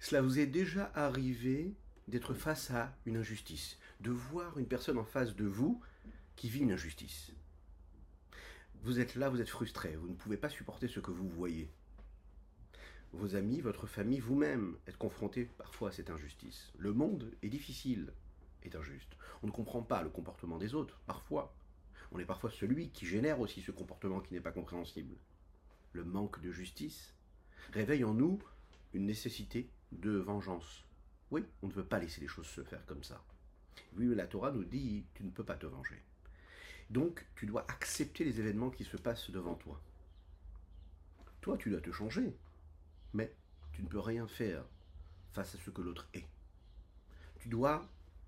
Cela vous est déjà arrivé d'être face à une injustice, de voir une personne en face de vous qui vit une injustice. Vous êtes là, vous êtes frustré, vous ne pouvez pas supporter ce que vous voyez. Vos amis, votre famille, vous-même êtes confrontés parfois à cette injustice. Le monde est difficile, est injuste. On ne comprend pas le comportement des autres, parfois. On est parfois celui qui génère aussi ce comportement qui n'est pas compréhensible. Le manque de justice réveille en nous une nécessité de vengeance. Oui, on ne veut pas laisser les choses se faire comme ça. Oui, la Torah nous dit, tu ne peux pas te venger. Donc, tu dois accepter les événements qui se passent devant toi. Toi, tu dois te changer, mais tu ne peux rien faire face à ce que l'autre est. Tu dois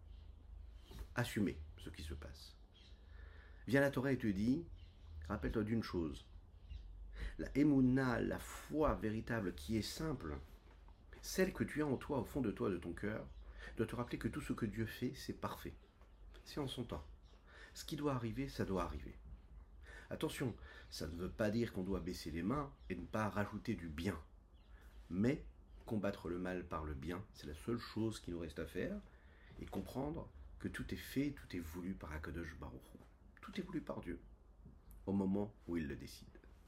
assumer ce qui se passe. Viens la Torah et te dit, rappelle-toi d'une chose, la émouna, la foi véritable qui est simple, celle que tu as en toi, au fond de toi, de ton cœur, doit te rappeler que tout ce que Dieu fait, c'est parfait. C'est en son temps. Ce qui doit arriver, ça doit arriver. Attention, ça ne veut pas dire qu'on doit baisser les mains et ne pas rajouter du bien. Mais combattre le mal par le bien, c'est la seule chose qui nous reste à faire, et comprendre que tout est fait, tout est voulu par Akadosh Baruch Hu. Tout est voulu par Dieu, au moment où il le décide.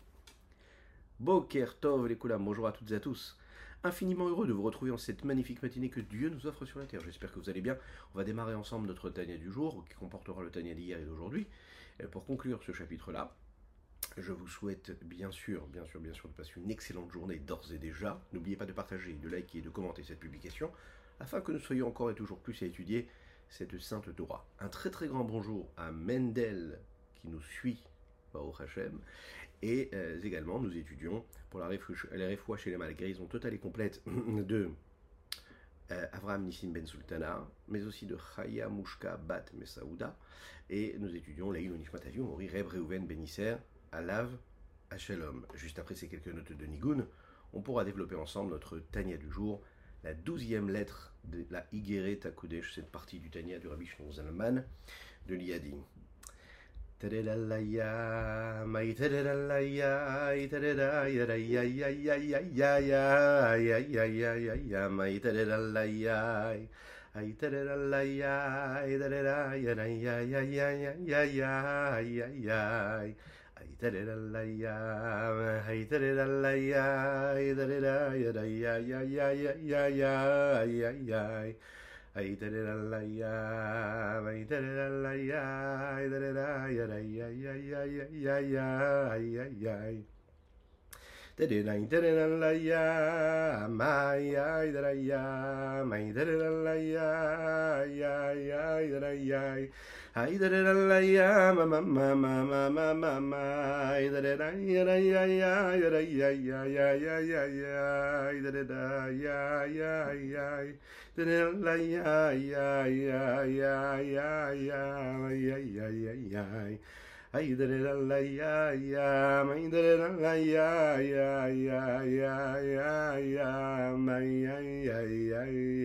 Boker Tov les Koulam, bonjour à toutes et à tous. Infiniment heureux de vous retrouver en cette magnifique matinée que Dieu nous offre sur la terre. J'espère que vous allez bien. On va démarrer ensemble notre Tania du jour, qui comportera le Tania d'hier et d'aujourd'hui. Pour conclure ce chapitre-là, je vous souhaite bien sûr de passer une excellente journée d'ores et déjà. N'oubliez pas de partager, de liker et de commenter cette publication, afin que nous soyons encore et toujours plus à étudier cette sainte Torah. Un très très grand bonjour à Mendel qui nous suit, Baruch Hashem. Et également, nous étudions pour la refoua chez les mal guérison totale et complète de Avraham Nissim Ben Sultana, mais aussi de Chaya Mushka Bat Mesaouda. Et nous étudions Leïl Nishmat Aviv Mori Reb Reuven Ben Isser Alav Shalom. Juste après ces quelques notes de Nigun, on pourra développer ensemble notre Tania du jour, la 12e lettre de la Igeret HaKodesh, cette partie du Tania du Rabbi Shlomo Zalman de l'Iyadi. Tadadalaya, mai tadadalaya, tadadaya, ya ya ya ya ya ya ya ya ya ya ya, mai tadadalaya, ai tadadalaya, tadadaya, ya ya ya ya ya ya ya ya, ai tadadalaya, ai tadadalaya, tadadaya, ya ya ya ya ya ya ya ya. Ay tararalaya, ay tararalaya, ay tararaya, ya ya ya ya ya ya, ay ay ay. Tararaya, tararalaya, may ay tararaya, may tararalaya, ay ay tararaya. Ay tararalaya, mama mama mama mama, ay tararaya ya ya ya ya ya ya ya ya ya, ay tararaya ya ya. La ya ya ya ya ya ya ya ya ya ya. Ay da la ya ya, ay da la ya ya ya ya ya ya, ay ya ya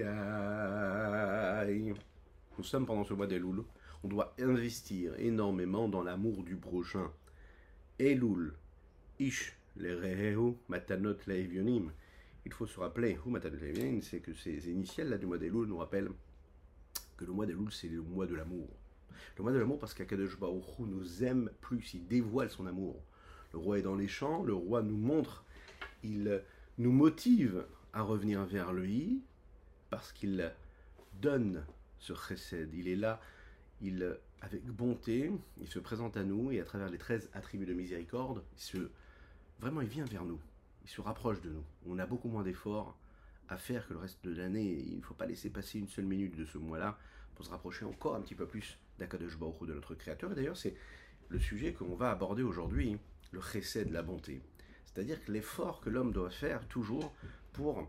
ya. Nous sommes pendant ce mois d'Elul. On doit investir énormément dans l'amour du prochain. Elul, ish le rehehu matanot le'evionim. Il faut se rappeler, c'est que ces initiales là du mois d'Elul nous rappellent que le mois d'Elul c'est le mois de l'amour. Le mois de l'amour parce qu'Akadosh Baruch Hu nous aime plus, il dévoile son amour. Le roi est dans les champs, le roi nous montre, il nous motive à revenir vers lui parce qu'il donne ce chesed. Il est là, avec bonté, il se présente à nous et à travers les 13 attributs de miséricorde, vraiment il vient vers nous. Il se rapproche de nous. On a beaucoup moins d'efforts à faire que le reste de l'année. Il ne faut pas laisser passer une seule minute de ce mois-là pour se rapprocher encore un petit peu plus d'Akadosh Baruch Hu, de notre Créateur. Et d'ailleurs, c'est le sujet qu'on va aborder aujourd'hui, le chesed, la bonté. C'est-à-dire que l'effort que l'homme doit faire toujours pour,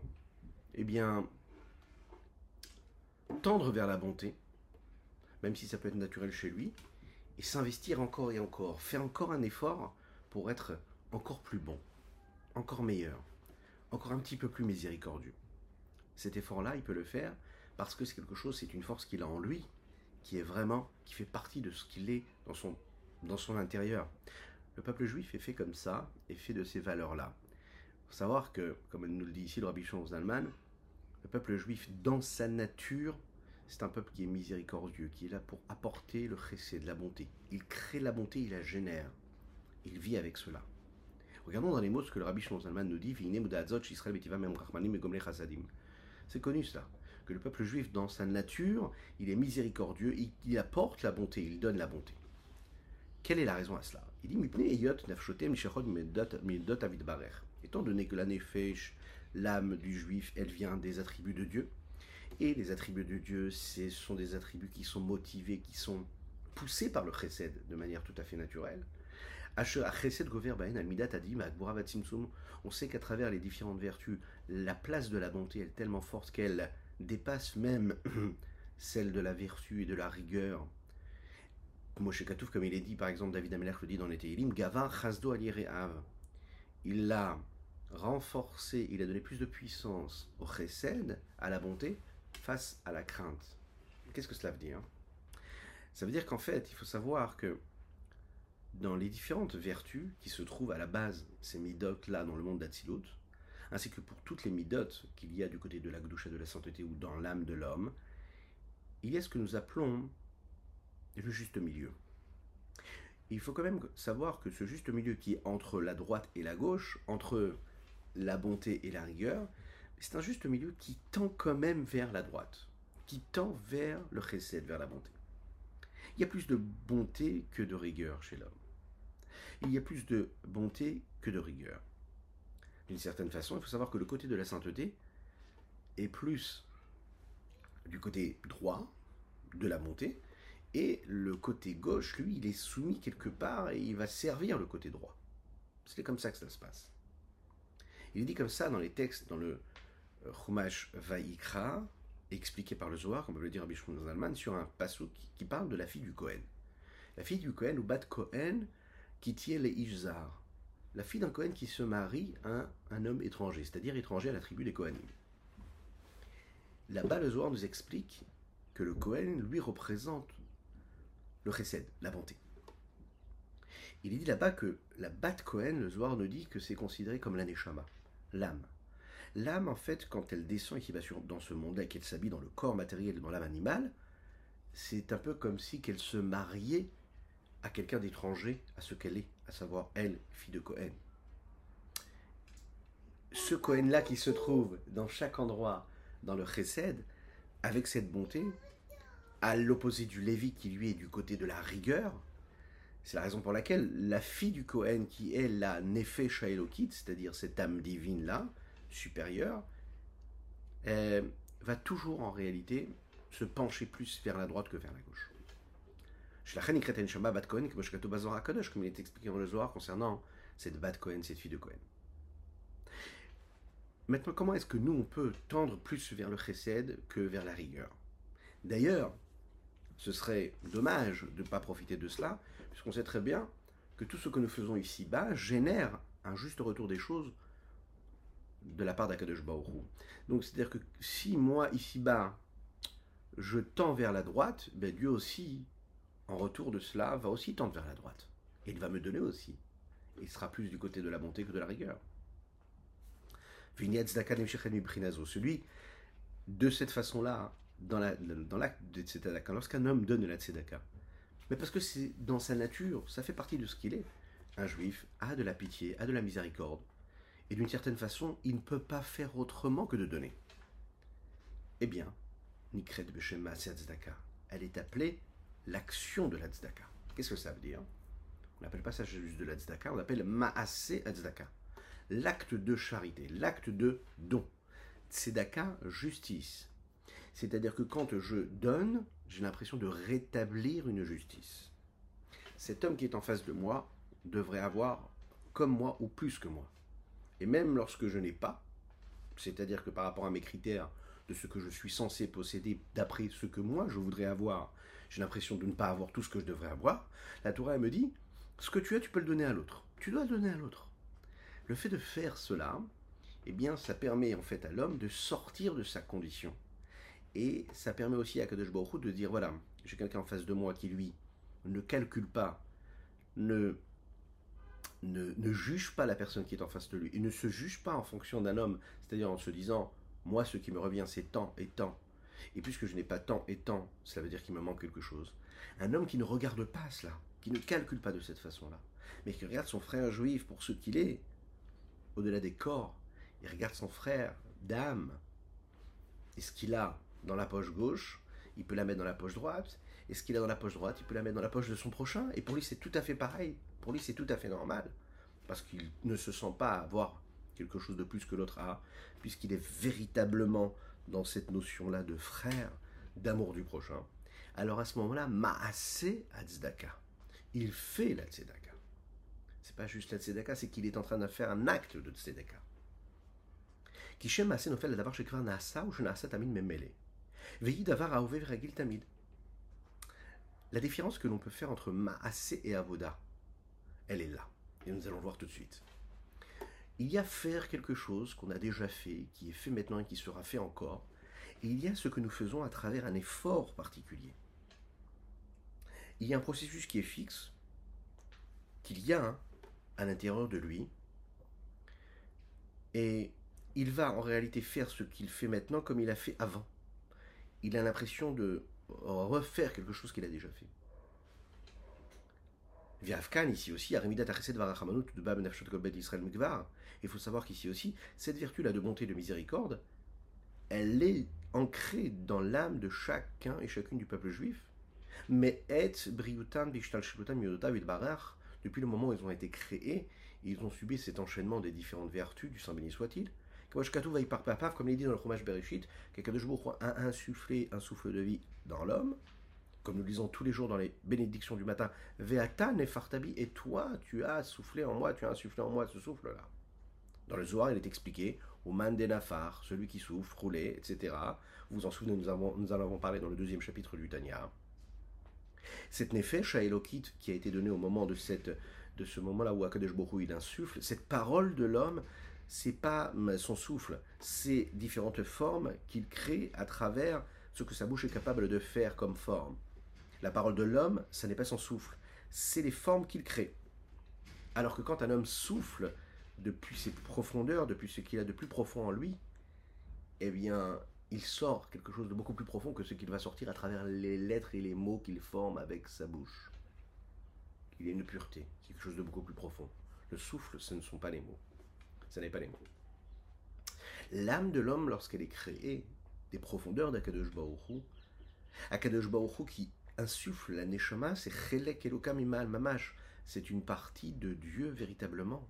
tendre vers la bonté, même si ça peut être naturel chez lui, et s'investir encore et encore, faire encore un effort pour être encore plus bon, encore meilleur, encore un petit peu plus miséricordieux. Cet effort-là, il peut le faire parce que c'est quelque chose, c'est une force qu'il a en lui, qui fait partie de ce qu'il est dans son intérieur. Le peuple juif est fait comme ça, et fait de ces valeurs-là. Il faut savoir que, comme nous le dit ici le Rabbi Shlomo Zalman, Le peuple juif, dans sa nature, c'est un peuple qui est miséricordieux, qui est là pour apporter le chesed, de la bonté. Il crée la bonté, il la génère. Il vit avec cela. Regardons dans les mots ce que le Rabbi Shlomo Zalman nous dit. C'est connu cela, que le peuple juif, dans sa nature, il est miséricordieux, il apporte la bonté, il donne la bonté. Quelle est la raison à cela? Il dit étant donné que la nefesh, l'âme du juif, elle vient des attributs de Dieu, et les attributs de Dieu, ce sont des attributs qui sont motivés, qui sont poussés par le chesed de manière tout à fait naturelle. On sait qu'à travers les différentes vertus, la place de la bonté est tellement forte qu'elle dépasse même celle de la vertu et de la rigueur. Moshe Katouf, comme il est dit, par exemple, David Amelech le dit dans les Tehillim, Gavar Chasdo Alireav. Il l'a renforcé, il a donné plus de puissance au chesed, à la bonté, face à la crainte. Qu'est-ce que cela veut dire? Ça veut dire qu'en fait, il faut savoir que dans les différentes vertus qui se trouvent à la base, ces midotes-là dans le monde d'Atsilut, ainsi que pour toutes les midotes qu'il y a du côté de la Gdusha, de la sainteté ou dans l'âme de l'homme, il y a ce que nous appelons le juste milieu. Il faut quand même savoir que ce juste milieu qui est entre la droite et la gauche, entre la bonté et la rigueur, c'est un juste milieu qui tend quand même vers la droite, qui tend vers le chesed, vers la bonté. Il y a plus de bonté que de rigueur chez l'homme. Il y a plus de bonté que de rigueur. D'une certaine façon, il faut savoir que le côté de la sainteté est plus du côté droit de la bonté, et le côté gauche, lui, il est soumis quelque part et il va servir le côté droit. C'est comme ça que ça se passe. Il est dit comme ça dans les textes, dans le Chumash Vayikra, expliqué par le Zohar, comme on peut le dire Rabbi Shlomo Zalman, sur un passouk qui parle de la fille du Kohen. La fille du Kohen, ou Bat Kohen, qui tient les Ishzar. La fille d'un Kohen qui se marie à un homme étranger, c'est-à-dire étranger à la tribu des Kohanim. Là-bas, le Zohar nous explique que le Kohen, lui, représente le chesed, la bonté. Il est dit là-bas que la Bat Kohen, le Zohar nous dit que c'est considéré comme la Neshama, l'âme. L'âme, en fait, quand elle descend et qui va dans ce monde-là, qu'elle s'habille dans le corps matériel, dans l'âme animale, c'est un peu comme si qu'elle se mariait à quelqu'un d'étranger à ce qu'elle est, à savoir elle, fille de Kohen. Ce Kohen-là qui se trouve dans chaque endroit, dans le chesed, avec cette bonté, à l'opposé du Lévi qui lui est du côté de la rigueur, c'est la raison pour laquelle la fille du Kohen qui est la Nefesh Elokit, c'est-à-dire cette âme divine-là, supérieure, va toujours en réalité se pencher plus vers la droite que vers la gauche. Comme il est expliqué dans le Zohar concernant cette Bat Kohen, cette fille de Kohen. Maintenant, comment est-ce que nous, on peut tendre plus vers le chesed que vers la rigueur? D'ailleurs, ce serait dommage de ne pas profiter de cela, puisqu'on sait très bien que tout ce que nous faisons ici-bas génère un juste retour des choses de la part d'Akadosh Baruch Hu. Donc, c'est-à-dire que si moi, ici-bas, je tends vers la droite, ben Dieu aussi, en retour de cela, va aussi tendre vers la droite. Et il va me donner aussi. Il sera plus du côté de la bonté que de la rigueur. Celui, de cette façon-là, dans l'acte de tzedaka, lorsqu'un homme donne de la tzedaka, mais parce que c'est dans sa nature, ça fait partie de ce qu'il est. Un juif a de la pitié, a de la miséricorde, et d'une certaine façon, il ne peut pas faire autrement que de donner. Eh bien, Nikret Beshem Maaseh Tzedaka, elle est appelée l'action de la tzedaka. Qu'est-ce que ça veut dire? On n'appelle pas ça juste de la tzedaka, on l'appelle Maaseh Tzedaka. L'acte de charité, l'acte de don. Tzedaka, justice. C'est-à-dire que quand je donne, j'ai l'impression de rétablir une justice. Cet homme qui est en face de moi devrait avoir comme moi ou plus que moi. Et même lorsque je n'ai pas, c'est-à-dire que par rapport à mes critères de ce que je suis censé posséder d'après ce que moi je voudrais avoir, j'ai l'impression de ne pas avoir tout ce que je devrais avoir, la Torah me dit, ce que tu as, tu peux le donner à l'autre. Tu dois le donner à l'autre. Le fait de faire cela, eh bien, ça permet en fait à l'homme de sortir de sa condition. Et ça permet aussi à Kadosh Baruch Hu de dire, voilà, j'ai quelqu'un en face de moi qui, lui, ne calcule pas, ne juge pas la personne qui est en face de lui, et ne se juge pas en fonction d'un homme, c'est-à-dire en se disant, Moi, ce qui me revient, c'est tant et tant. Et puisque je n'ai pas tant et tant, cela veut dire qu'il me manque quelque chose. Un homme qui ne regarde pas cela, qui ne calcule pas de cette façon-là, mais qui regarde son frère juif pour ce qu'il est, au-delà des corps, il regarde son frère d'âme. Et ce qu'il a dans la poche gauche, il peut la mettre dans la poche droite. Et ce qu'il a dans la poche droite, il peut la mettre dans la poche de son prochain. Et pour lui, c'est tout à fait pareil. Pour lui, c'est tout à fait normal. Parce qu'il ne se sent pas avoir quelque chose de plus que l'autre a, puisqu'il est véritablement dans cette notion-là de frère, d'amour du prochain. Alors à ce moment-là, Maaseh Hatzdaka. Il fait la tzedaka. C'est pas juste la tzedaka, c'est qu'il est en train de faire un acte de tzedaka. כי שם מעשה נופל לדבר שכבר נעשה ושנעשה תמיד ממילא. והיא דבר ההווה ורגיל תמיד. La différence que l'on peut faire entre Maaseh et Avoda, elle est là. Et nous allons le voir tout de suite. Il y a faire quelque chose qu'on a déjà fait, qui est fait maintenant et qui sera fait encore. Et il y a ce que nous faisons à travers un effort particulier. Il y a un processus qui est fixe, qu'il y a à l'intérieur de lui. Et il va en réalité faire ce qu'il fait maintenant comme il a fait avant. Il a l'impression de refaire quelque chose qu'il a déjà fait. Viavkan, ici aussi, Arimidat Achesed Varachamanout de Bab Nafshot Kolbet Israël Mikvar. Il faut savoir qu'ici aussi, cette vertu-là de bonté et de miséricorde, elle est ancrée dans l'âme de chacun et chacune du peuple juif. Mais et briutan bishtal shilutan miodota vidbarach, depuis le moment où ils ont été créés, ils ont subi cet enchaînement des différentes vertus, du Saint béni soit-il. Comme il est dit dans le Chumash Bereshit, qu'Akadosh Baruch Hu a insufflé un souffle de vie dans l'homme, comme nous le lisons tous les jours dans les bénédictions du matin, Ve'ata nefartabi, et toi, tu as soufflé en moi, tu as insufflé en moi ce souffle-là. Dans le Zohar, il est expliqué, au man de nafar, celui qui souffre, roulé, etc. Vous vous en souvenez, nous en avons parlé dans le 2e chapitre du Tanya. Cette nefesh Elokit qui a été donnée au moment de ce moment-là où Akadosh Baruch Hu il insuffle, cette parole de l'homme, c'est pas son souffle, c'est différentes formes qu'il crée à travers ce que sa bouche est capable de faire comme forme. La parole de l'homme, ça n'est pas son souffle, c'est les formes qu'il crée. Alors que quand un homme souffle depuis ses profondeurs, depuis ce qu'il a de plus profond en lui, eh bien, il sort quelque chose de beaucoup plus profond que ce qu'il va sortir à travers les lettres et les mots qu'il forme avec sa bouche. Il y a une pureté, quelque chose de beaucoup plus profond. Le souffle, ce ne sont pas les mots. Ce n'est pas les mots. L'âme de l'homme, lorsqu'elle est créée des profondeurs d'Akadosh Baruch Hu qui insuffle la Neshama, c'est Chelek Elokam Imal Mamash. C'est une partie de Dieu véritablement.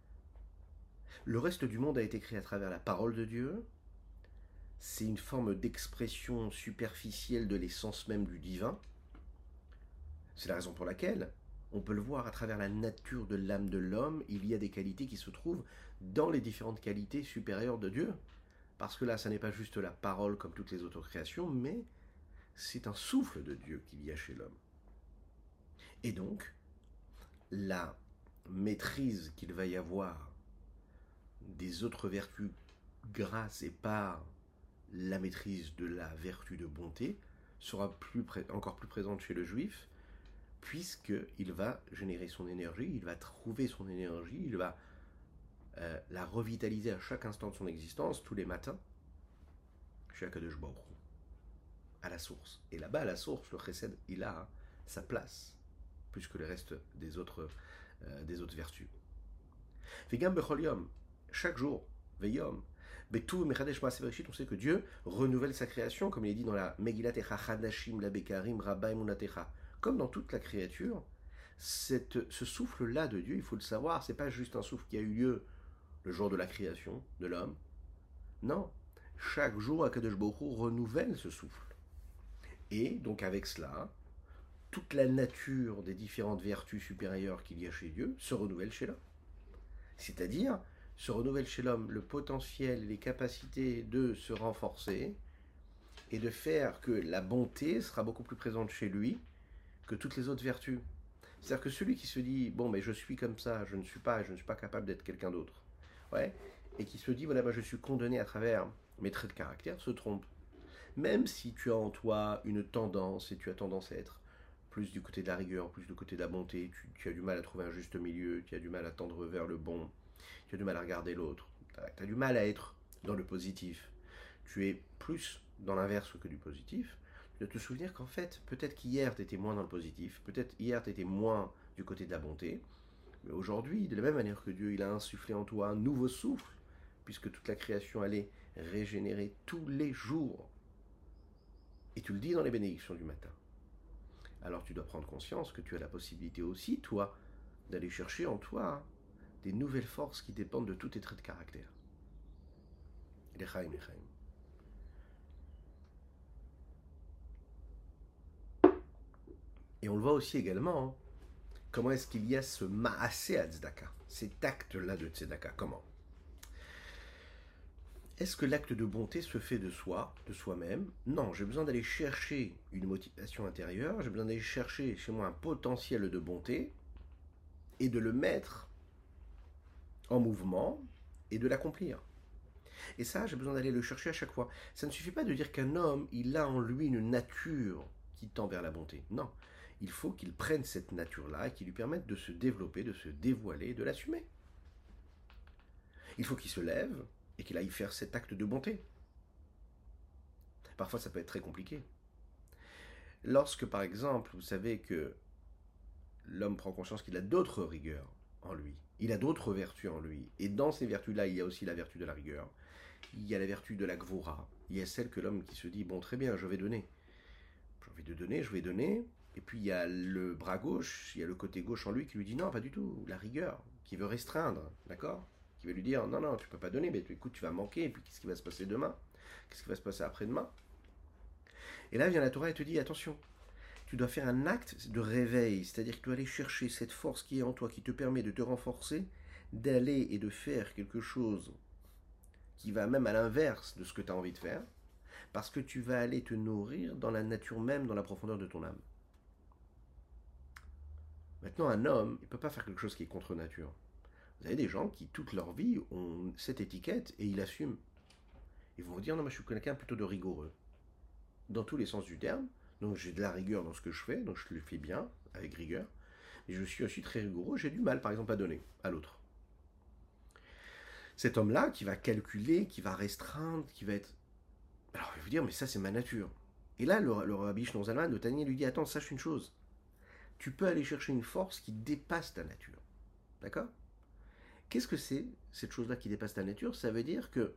Le reste du monde a été créé à travers la parole de Dieu. C'est une forme d'expression superficielle de l'essence même du divin. C'est la raison pour laquelle on peut le voir à travers la nature de l'âme de l'homme, il y a des qualités qui se trouvent dans les différentes qualités supérieures de Dieu. Parce que là, ça n'est pas juste la parole comme toutes les autres créations, mais c'est un souffle de Dieu qu'il y a chez l'homme. Et donc, la maîtrise qu'il va y avoir des autres vertus grâce et par la maîtrise de la vertu de bonté sera encore plus présente chez le juif, puisqu'il va générer son énergie, il va trouver son énergie, il va la revitaliser à chaque instant de son existence, tous les matins, chez Akadosh Baruch Hu, à la source. Et là-bas, à la source, le chesed, il a sa place, plus que le reste des autres vertus. Vegam bechol yom, chaque jour, veyom, betu mechadesh ma'aseh bereshit, on sait que Dieu renouvelle sa création, comme il est dit dans la Megillat Echa Chadashim la Bekarim Rabba Emunatecha. Comme dans toute la créature, ce souffle-là de Dieu, il faut le savoir, c'est pas juste un souffle qui a eu lieu le jour de la création de l'homme. Non, chaque jour, Akadosh Baruch Hu renouvelle ce souffle. Et donc avec cela, toute la nature des différentes vertus supérieures qu'il y a chez Dieu se renouvelle chez l'homme. C'est-à-dire, se renouvelle chez l'homme le potentiel, les capacités de se renforcer et de faire que la bonté sera beaucoup plus présente chez lui que toutes les autres vertus. C'est-à-dire que celui qui se dit, bon, mais je suis comme ça, je ne suis pas capable d'être quelqu'un d'autre, ouais, et qui se dit, voilà, je suis condamné à travers mes traits de caractère, se trompe. Même si tu as en toi une tendance, et tu as tendance à être plus du côté de la rigueur, plus du côté de la bonté, tu as du mal à trouver un juste milieu, tu as du mal à tendre vers le bon, tu as du mal à regarder l'autre, tu as du mal à être dans le positif. tu es plus dans l'inverse que du positif, tu dois te souvenir qu'en fait, peut-être qu'hier tu étais moins dans le positif, peut-être hier tu étais moins du côté de la bonté, mais aujourd'hui, de la même manière que Dieu il a insufflé en toi un nouveau souffle, puisque toute la création allait régénérer tous les jours, et tu le dis dans les bénédictions du matin, alors tu dois prendre conscience que tu as la possibilité aussi, toi, d'aller chercher en toi des nouvelles forces qui dépendent de tous tes traits de caractère. Lechaim, lechaim. Et on le voit aussi également, hein, comment est-ce qu'il y a ce maasé à tzedaka, cet acte-là de tzedaka, comment? Est-ce que l'acte de bonté se fait de soi, de soi-même? Non, j'ai besoin d'aller chercher une motivation intérieure, j'ai besoin d'aller chercher chez moi un potentiel de bonté et de le mettre en mouvement et de l'accomplir. Et ça, j'ai besoin d'aller le chercher à chaque fois. Ça ne suffit pas de dire qu'un homme, il a en lui une nature qui tend vers la bonté. Non, il faut qu'il prenne cette nature-là et qu'il lui permette de se développer, de se dévoiler, de l'assumer. Il faut qu'il se lève et qu'il aille faire cet acte de bonté. Parfois, ça peut être très compliqué. Lorsque, par exemple, vous savez que l'homme prend conscience qu'il a d'autres rigueurs en lui, il a d'autres vertus en lui, et dans ces vertus-là, il y a aussi la vertu de la rigueur, il y a la vertu de la gvora, il y a celle que l'homme qui se dit, bon, très bien, je vais donner. J'ai envie de donner, je vais donner, et puis il y a le bras gauche, il y a le côté gauche en lui qui lui dit, non, pas du tout, la rigueur, qui veut restreindre, d'accord? Qui veut lui dire, non, non, tu peux pas donner, mais écoute, tu vas manquer, et puis qu'est-ce qui va se passer demain? Qu'est-ce qui va se passer après-demain? Et là vient la Torah et te dit, attention, tu dois faire un acte de réveil, c'est-à-dire que tu dois aller chercher cette force qui est en toi, qui te permet de te renforcer, d'aller et de faire quelque chose qui va même à l'inverse de ce que tu as envie de faire, parce que tu vas aller te nourrir dans la nature même, dans la profondeur de ton âme. Maintenant, un homme, il ne peut pas faire quelque chose qui est contre nature. Vous avez des gens qui, toute leur vie, ont cette étiquette et ils l'assument. Ils vont vous dire, non, moi je suis quelqu'un plutôt de rigoureux. Dans tous les sens du terme. Donc j'ai de la rigueur dans ce que je fais, donc je le fais bien, avec rigueur. Mais je suis aussi très rigoureux, j'ai du mal, par exemple, à donner à l'autre. Cet homme-là, qui va calculer, qui va restreindre, qui va être... Alors, il va vous dire, mais ça, c'est ma nature. Et là, le rabbi Shlomo Zalman de Tanya lui dit, attends, sache une chose. Tu peux aller chercher une force qui dépasse ta nature. D'accord? Qu'est-ce que c'est, cette chose-là qui dépasse ta nature? Ça veut dire que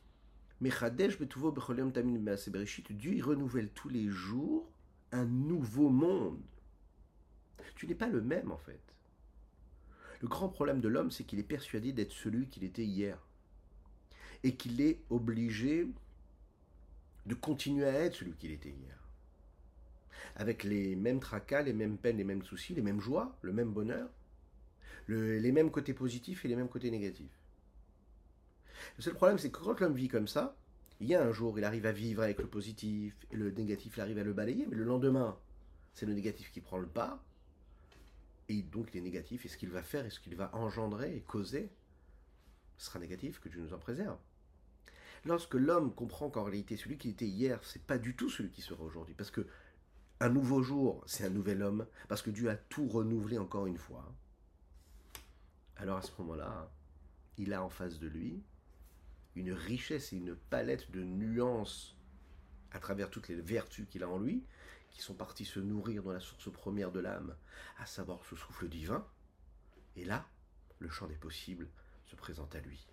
Dieu, il renouvelle tous les jours un nouveau monde. Tu n'es pas le même, en fait. Le grand problème de l'homme, c'est qu'il est persuadé d'être celui qu'il était hier. Et qu'il est obligé de continuer à être celui qu'il était hier. Avec les mêmes tracas, les mêmes peines, les mêmes soucis, les mêmes joies, le même bonheur, les mêmes côtés positifs et les mêmes côtés négatifs. Le seul problème, c'est que quand l'homme vit comme ça, il y a un jour, il arrive à vivre avec le positif, et le négatif, il arrive à le balayer, mais le lendemain, c'est le négatif qui prend le pas, et donc il est négatif, et ce qu'il va faire, et ce qu'il va engendrer et causer, ce sera négatif, que Dieu nous en préserve. Lorsque l'homme comprend qu'en réalité, celui qui était hier, c'est pas du tout celui qui sera aujourd'hui, parce que un nouveau jour, c'est un nouvel homme, parce que Dieu a tout renouvelé encore une fois, alors à ce moment-là, il a en face de lui une richesse et une palette de nuances à travers toutes les vertus qu'il a en lui, qui sont partis se nourrir dans la source première de l'âme, à savoir ce souffle divin. Et là, le champ des possibles se présente à lui.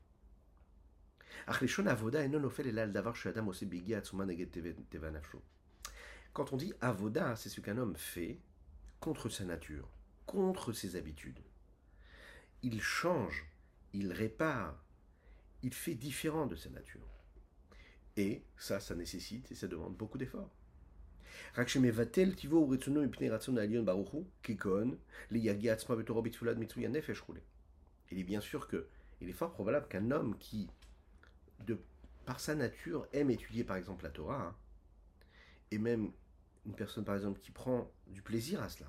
Quand on dit avoda, c'est ce qu'un homme fait contre sa nature, contre ses habitudes. Il change, il répare, il fait différent de sa nature. Et ça nécessite et ça demande beaucoup d'efforts. Il est bien sûr que il est fort probable qu'un homme qui, par sa nature, aime étudier par exemple la Torah, hein, et même une personne par exemple qui prend du plaisir à cela,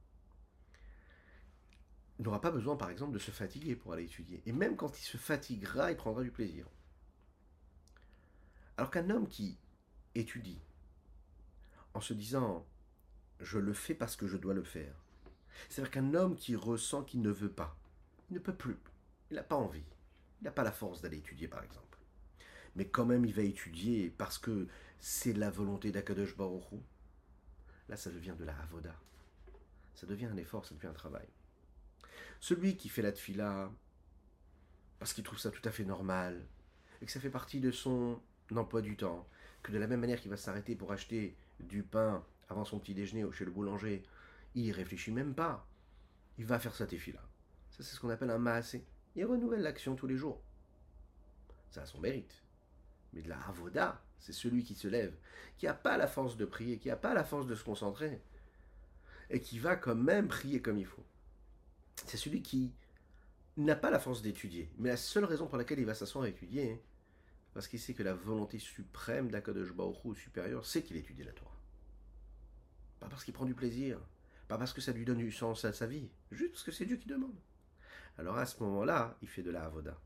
n'aura pas besoin par exemple de se fatiguer pour aller étudier. Et même quand il se fatiguera, il prendra du plaisir. Alors qu'un homme qui étudie en se disant je le fais parce que je dois le faire, c'est-à-dire qu'un homme qui ressent qu'il ne veut pas, il ne peut plus, il n'a pas envie, il n'a pas la force d'aller étudier par exemple, mais quand même il va étudier parce que c'est la volonté d'Akadosh Baruch Hu. Là, ça devient de la avoda. Ça devient un effort, ça devient un travail. Celui qui fait la tfila parce qu'il trouve ça tout à fait normal et que ça fait partie de son emploi du temps, que de la même manière qu'il va s'arrêter pour acheter du pain avant son petit déjeuner ou chez le boulanger, il y réfléchit même pas. Il va faire sa tefila. Ça, c'est ce qu'on appelle un maasé. Il renouvelle l'action tous les jours. Ça a son mérite. Mais de la avoda, c'est celui qui se lève, qui n'a pas la force de prier, qui n'a pas la force de se concentrer, et qui va quand même prier comme il faut. C'est celui qui n'a pas la force d'étudier, mais la seule raison pour laquelle il va s'asseoir et étudier, parce qu'il sait que la volonté suprême d'Akadosh Baruch Hu supérieure, c'est qu'il étudie la Torah. Pas parce qu'il prend du plaisir, pas parce que ça lui donne du sens à sa vie, juste parce que c'est Dieu qui demande. Alors à ce moment-là, il fait de la avoda.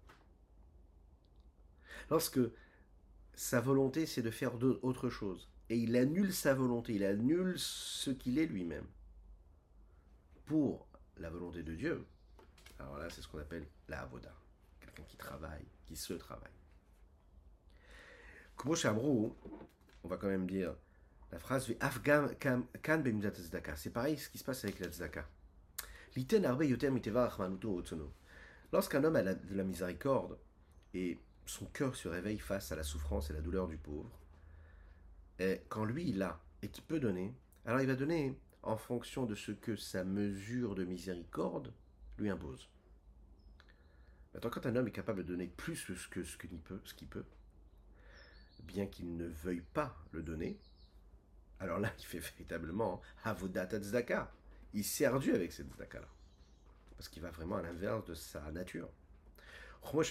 Lorsque sa volonté, c'est de faire autre chose, et il annule sa volonté, il annule ce qu'il est lui-même, pour la volonté de Dieu, alors là, c'est ce qu'on appelle la avoda. Quelqu'un qui travaille, qui se travaille. Kubo Shamrou, on va quand même dire la phrase Afgan kan bemidat tzedaka. C'est pareil ce qui se passe avec la tzedaka. Liten arbe yoter miteva rachmanuto otsono. Lorsqu'un homme a de la miséricorde et son cœur se réveille face à la souffrance et la douleur du pauvre, et quand lui il a et qu'il peut donner, alors il va donner en fonction de ce que sa mesure de miséricorde lui impose. Maintenant, quand un homme est capable de donner plus ce qu'il peut, bien qu'il ne veuille pas le donner, alors là, il fait véritablement avodat tzedaka. Il sert Dieu avec cette tzedaka-là. Parce qu'il va vraiment à l'inverse de sa nature. Il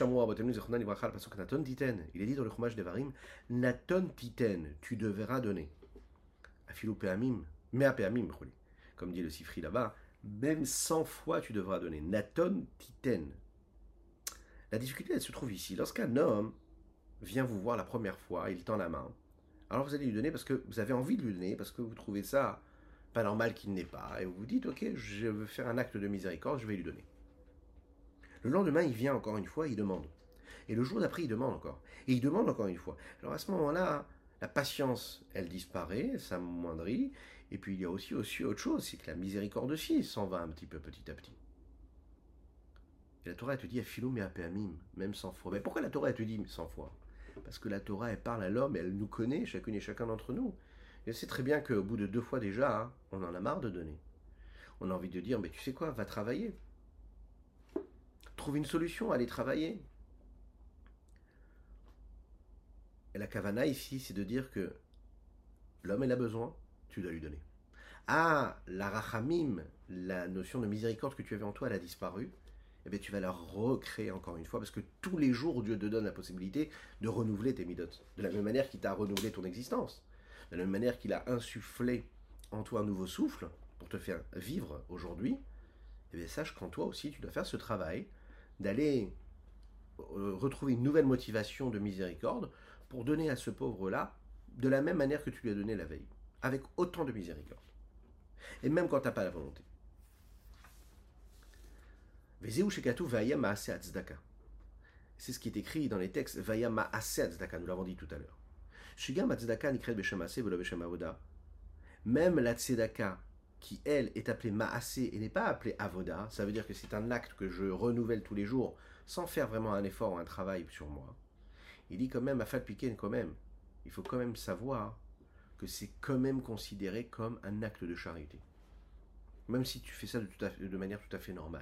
est dit dans le Chumash Devarim, Naton titen, tu devras donner. Afilu pe'amim, mea pe'amim, comme dit le Sifri là-bas, même 100 fois tu devras donner. Naton titen. La difficulté, elle se trouve ici. Lorsqu'un homme vient vous voir la première fois, il tend la main, alors vous allez lui donner parce que vous avez envie de lui donner, parce que vous trouvez ça pas normal qu'il n'ait pas, et vous vous dites, ok, je veux faire un acte de miséricorde, je vais lui donner. Le lendemain, il vient encore une fois, il demande. Et le jour d'après, il demande encore. Et il demande encore une fois. Alors à ce moment-là, la patience, elle disparaît, elle s'amoindrit, et puis il y a aussi autre chose, c'est que la miséricorde aussi s'en va un petit peu petit à petit. Et la Torah, elle te dit, Afilou me'apéamim, même 100 fois. Mais pourquoi la Torah, elle te dit 100 fois? Parce que la Torah, elle parle à l'homme, elle nous connaît, chacune et chacun d'entre nous. Et elle sait très bien qu'au bout de 2 fois déjà, hein, on en a marre de donner. On a envie de dire, mais tu sais quoi, va travailler. Trouve une solution, allez travailler. Et la kavana ici, c'est de dire que l'homme, il a besoin, tu dois lui donner. Ah, la rachamim, la notion de miséricorde que tu avais en toi, elle a disparu. Eh bien, tu vas la recréer encore une fois, parce que tous les jours, Dieu te donne la possibilité de renouveler tes midot. De la même manière qu'il t'a renouvelé ton existence. De la même manière qu'il a insufflé en toi un nouveau souffle pour te faire vivre aujourd'hui. Eh bien, sache qu'en toi aussi, tu dois faire ce travail d'aller retrouver une nouvelle motivation de miséricorde pour donner à ce pauvre-là de la même manière que tu lui as donné la veille, avec autant de miséricorde. Et même quand tu n'as pas la volonté. C'est ce qui est écrit dans les textes. Nous l'avons dit tout à l'heure. Même la tzedaka, qui elle est appelée maasé et n'est pas appelée avoda, ça veut dire que c'est un acte que je renouvelle tous les jours sans faire vraiment un effort ou un travail sur moi. Il dit quand même, à Fatpiken quand même, il faut quand même savoir que c'est quand même considéré comme un acte de charité. Même si tu fais ça de manière tout à fait normale.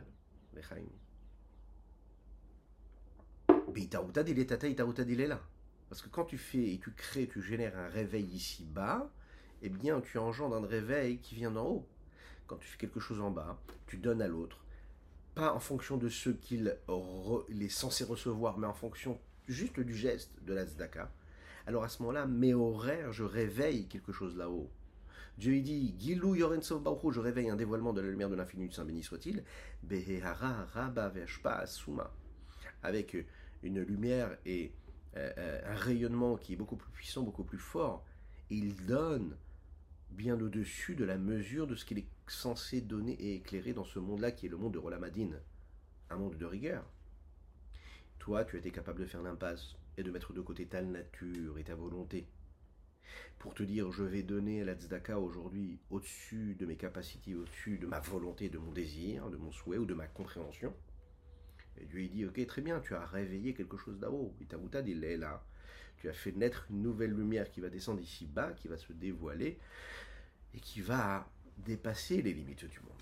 Parce que quand tu fais et tu crées, tu génères un réveil ici-bas, eh bien tu engendres un réveil qui vient d'en haut. Quand tu fais quelque chose en bas, tu donnes à l'autre, pas en fonction de ce qu'il est censé recevoir, mais en fonction juste du geste de la tzedaka. Alors à ce moment-là, mes horaires, je réveille quelque chose là-haut. Dieu il dit, Gilou Yorensov Baruch, je réveille un dévoilement de la lumière de l'infini, Saint béni soit-il, Behehara Rabba Veshpa Asuma, avec une lumière et un rayonnement qui est beaucoup plus puissant, beaucoup plus fort. Il donne bien au-dessus de la mesure de ce qu'il est censé donner et éclairer dans ce monde-là qui est le monde de Rolamadine, un monde de rigueur. Toi, tu as été capable de faire l'impasse et de mettre de côté ta nature et ta volonté pour te dire je vais donner la tzedaka aujourd'hui au-dessus de mes capacités, au-dessus de ma volonté, de mon désir, de mon souhait ou de ma compréhension. Et Dieu il dit ok très bien, tu as réveillé quelque chose d'en-haut, Itaboutad il est là. Tu as fait naître une nouvelle lumière qui va descendre ici bas, qui va se dévoiler et qui va dépasser les limites du monde.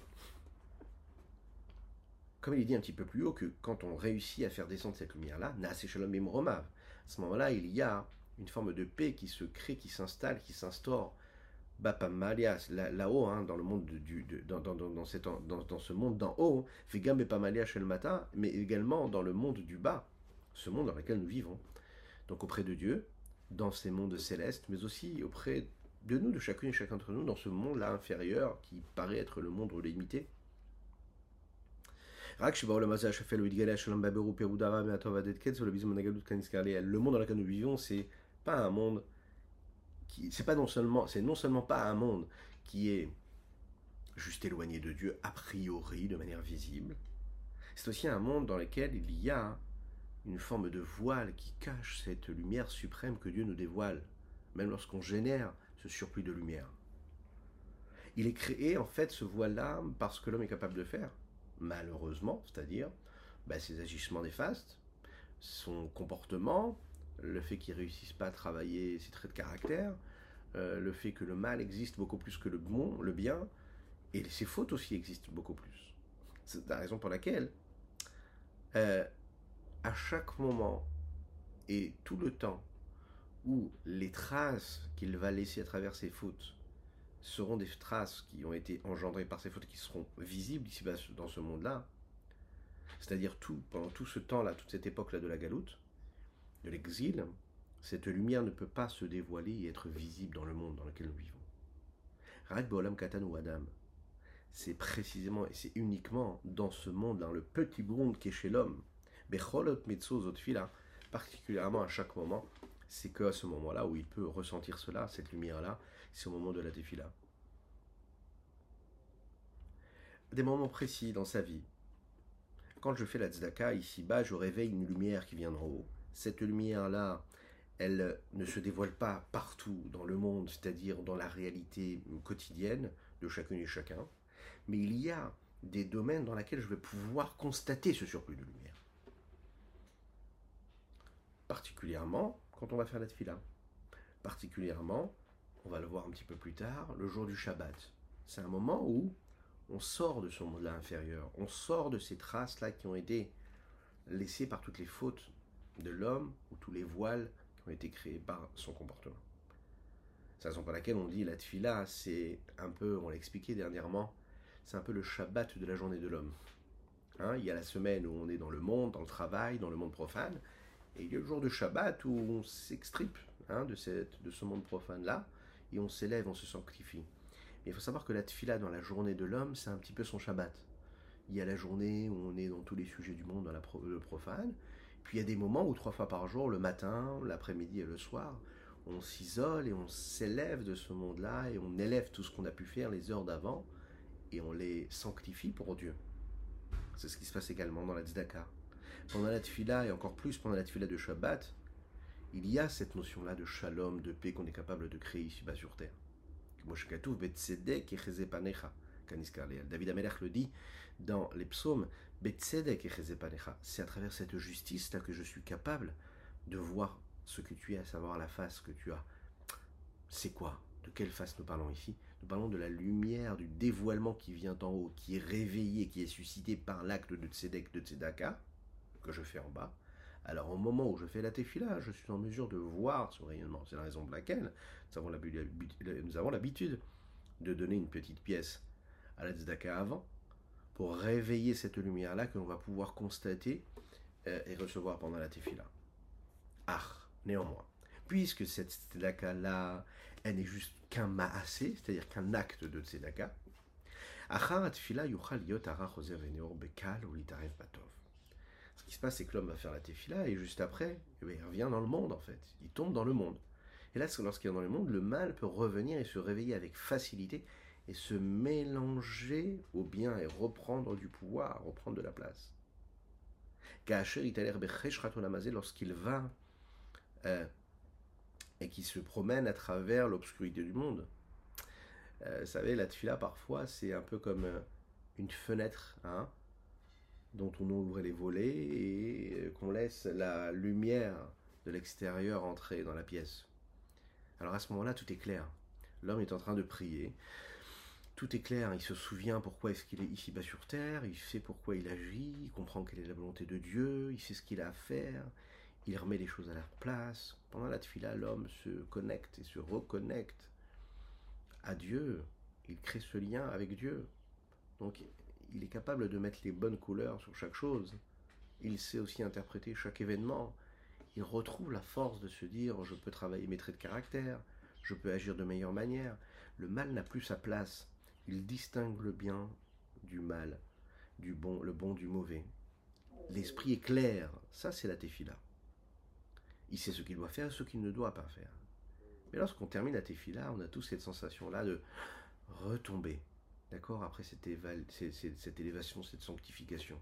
Comme il est dit un petit peu plus haut, que quand on réussit à faire descendre cette lumière-là, Naaseh Shalom Bim Romav, à ce moment-là, il y a une forme de paix qui se crée, qui s'installe, qui s'instaure, Bapamalia, là-haut, hein, dans le monde dans ce monde d'en haut, Vegam Bepamalia Shel Mata, mais également dans le monde du bas, ce monde dans lequel nous vivons. Donc auprès de Dieu, dans ces mondes célestes, mais aussi auprès de nous, de chacune et chacun d'entre nous, dans ce monde-là inférieur qui paraît être le monde limité. Le monde dans lequel nous vivons, c'est pas un monde qui, c'est non seulement pas un monde qui est juste éloigné de Dieu a priori, de manière visible, c'est aussi un monde dans lequel il y a une forme de voile qui cache cette lumière suprême que Dieu nous dévoile, même lorsqu'on génère ce surplus de lumière. Il est créé en fait ce voile-là parce que l'homme est capable de faire, malheureusement, c'est-à-dire ses agissements néfastes, son comportement, le fait qu'il ne réussisse pas à travailler ses traits de caractère, le fait que le mal existe beaucoup plus que le bon, le bien, et ses fautes aussi existent beaucoup plus. C'est la raison pour laquelle, à chaque moment et tout le temps où les traces qu'il va laisser à travers ses fautes seront des traces qui ont été engendrées par ses fautes, qui seront visibles ici dans ce monde-là, c'est-à-dire pendant tout ce temps-là, toute cette époque-là de la galoute, de l'exil, cette lumière ne peut pas se dévoiler et être visible dans le monde dans lequel nous vivons. Rak Bolam Katan ou Adam, c'est précisément et c'est uniquement dans ce monde, dans le petit monde qui est chez l'homme, Becholot Metso Zotfila, particulièrement à chaque moment, c'est qu'à ce moment-là où il peut ressentir cela, cette lumière-là, c'est au moment de la tefila. Des moments précis dans sa vie. Quand je fais la tzedaka, ici-bas, je réveille une lumière qui vient d'en haut. Cette lumière-là, elle ne se dévoile pas partout dans le monde, c'est-à-dire dans la réalité quotidienne de chacune et chacun, mais il y a des domaines dans lesquels je vais pouvoir constater ce surplus de lumière. Particulièrement quand on va faire la tefila. Particulièrement, on va le voir un petit peu plus tard, le jour du Shabbat. C'est un moment où on sort de ce monde-là inférieur, on sort de ces traces-là qui ont été laissées par toutes les fautes de l'homme ou tous les voiles qui ont été créés par son comportement. C'est la raison pour laquelle on dit la tefila, c'est un peu, on l'a expliqué dernièrement, c'est un peu le Shabbat de la journée de l'homme. Il y a la semaine où on est dans le monde, dans le travail, dans le monde profane, et il y a le jour de Shabbat où on s'extripe de ce monde profane-là, et on s'élève, on se sanctifie. Mais il faut savoir que la tefila dans la journée de l'homme, c'est un petit peu son Shabbat. Il y a la journée où on est dans tous les sujets du monde, dans le profane, puis il y a des moments où 3 fois par jour, le matin, l'après-midi et le soir, on s'isole et on s'élève de ce monde-là, et on élève tout ce qu'on a pu faire les heures d'avant, et on les sanctifie pour Dieu. C'est ce qui se passe également dans la tzedaka. Pendant la tefila, et encore plus pendant la tefila de Shabbat, il y a cette notion-là de shalom, de paix qu'on est capable de créer ici-bas sur terre. David Amelech le dit dans les psaumes, c'est à travers cette justice-là que je suis capable de voir ce que tu es, à savoir la face que tu as. C'est quoi? De quelle face nous parlons ici? Nous parlons de la lumière, du dévoilement qui vient d'en haut, qui est réveillé, qui est suscité par l'acte de tzedek, de tzedaka, que je fais en bas. Alors au moment où je fais la tefila, je suis en mesure de voir ce rayonnement. C'est la raison pour laquelle nous avons l'habitude de donner une petite pièce à la tzedaka avant, pour réveiller cette lumière-là que l'on va pouvoir constater et recevoir pendant la tefila. Néanmoins, puisque cette tzedaka-là, elle n'est juste qu'un ma'asé, c'est-à-dire qu'un acte de tzedaka, ce qui se passe, c'est que l'homme va faire la tefila et juste après, il revient dans le monde en fait. Il tombe dans le monde. Et là, lorsqu'il est dans le monde, le mal peut revenir et se réveiller avec facilité et se mélanger au bien et reprendre du pouvoir, reprendre de la place. Lorsqu'il va euh, et qui se promène à travers l'obscurité du monde. Vous savez, la tefila, parfois, c'est un peu comme une fenêtre, hein, dont on ouvre les volets et qu'on laisse la lumière de l'extérieur entrer dans la pièce. Alors à ce moment-là, tout est clair. L'homme est en train de prier. Tout est clair, il se souvient pourquoi est-ce qu'il est ici-bas sur terre, il sait pourquoi il agit, il comprend quelle est la volonté de Dieu, il sait ce qu'il a à faire, il remet les choses à leur place. Pendant la tefila, l'homme se connecte et se reconnecte à Dieu. Il crée ce lien avec Dieu. Donc il est capable de mettre les bonnes couleurs sur chaque chose. Il sait aussi interpréter chaque événement. Il retrouve la force de se dire je peux travailler mes traits de caractère, je peux agir de meilleure manière. Le mal n'a plus sa place. Il distingue le bien du mal, du bon, le bon du mauvais. L'esprit est clair. Ça, c'est la tefila. Il sait ce qu'il doit faire et ce qu'il ne doit pas faire. Mais lorsqu'on termine la tefila, on a tous cette sensation-là de retomber. D'accord? Après cette élévation, cette sanctification.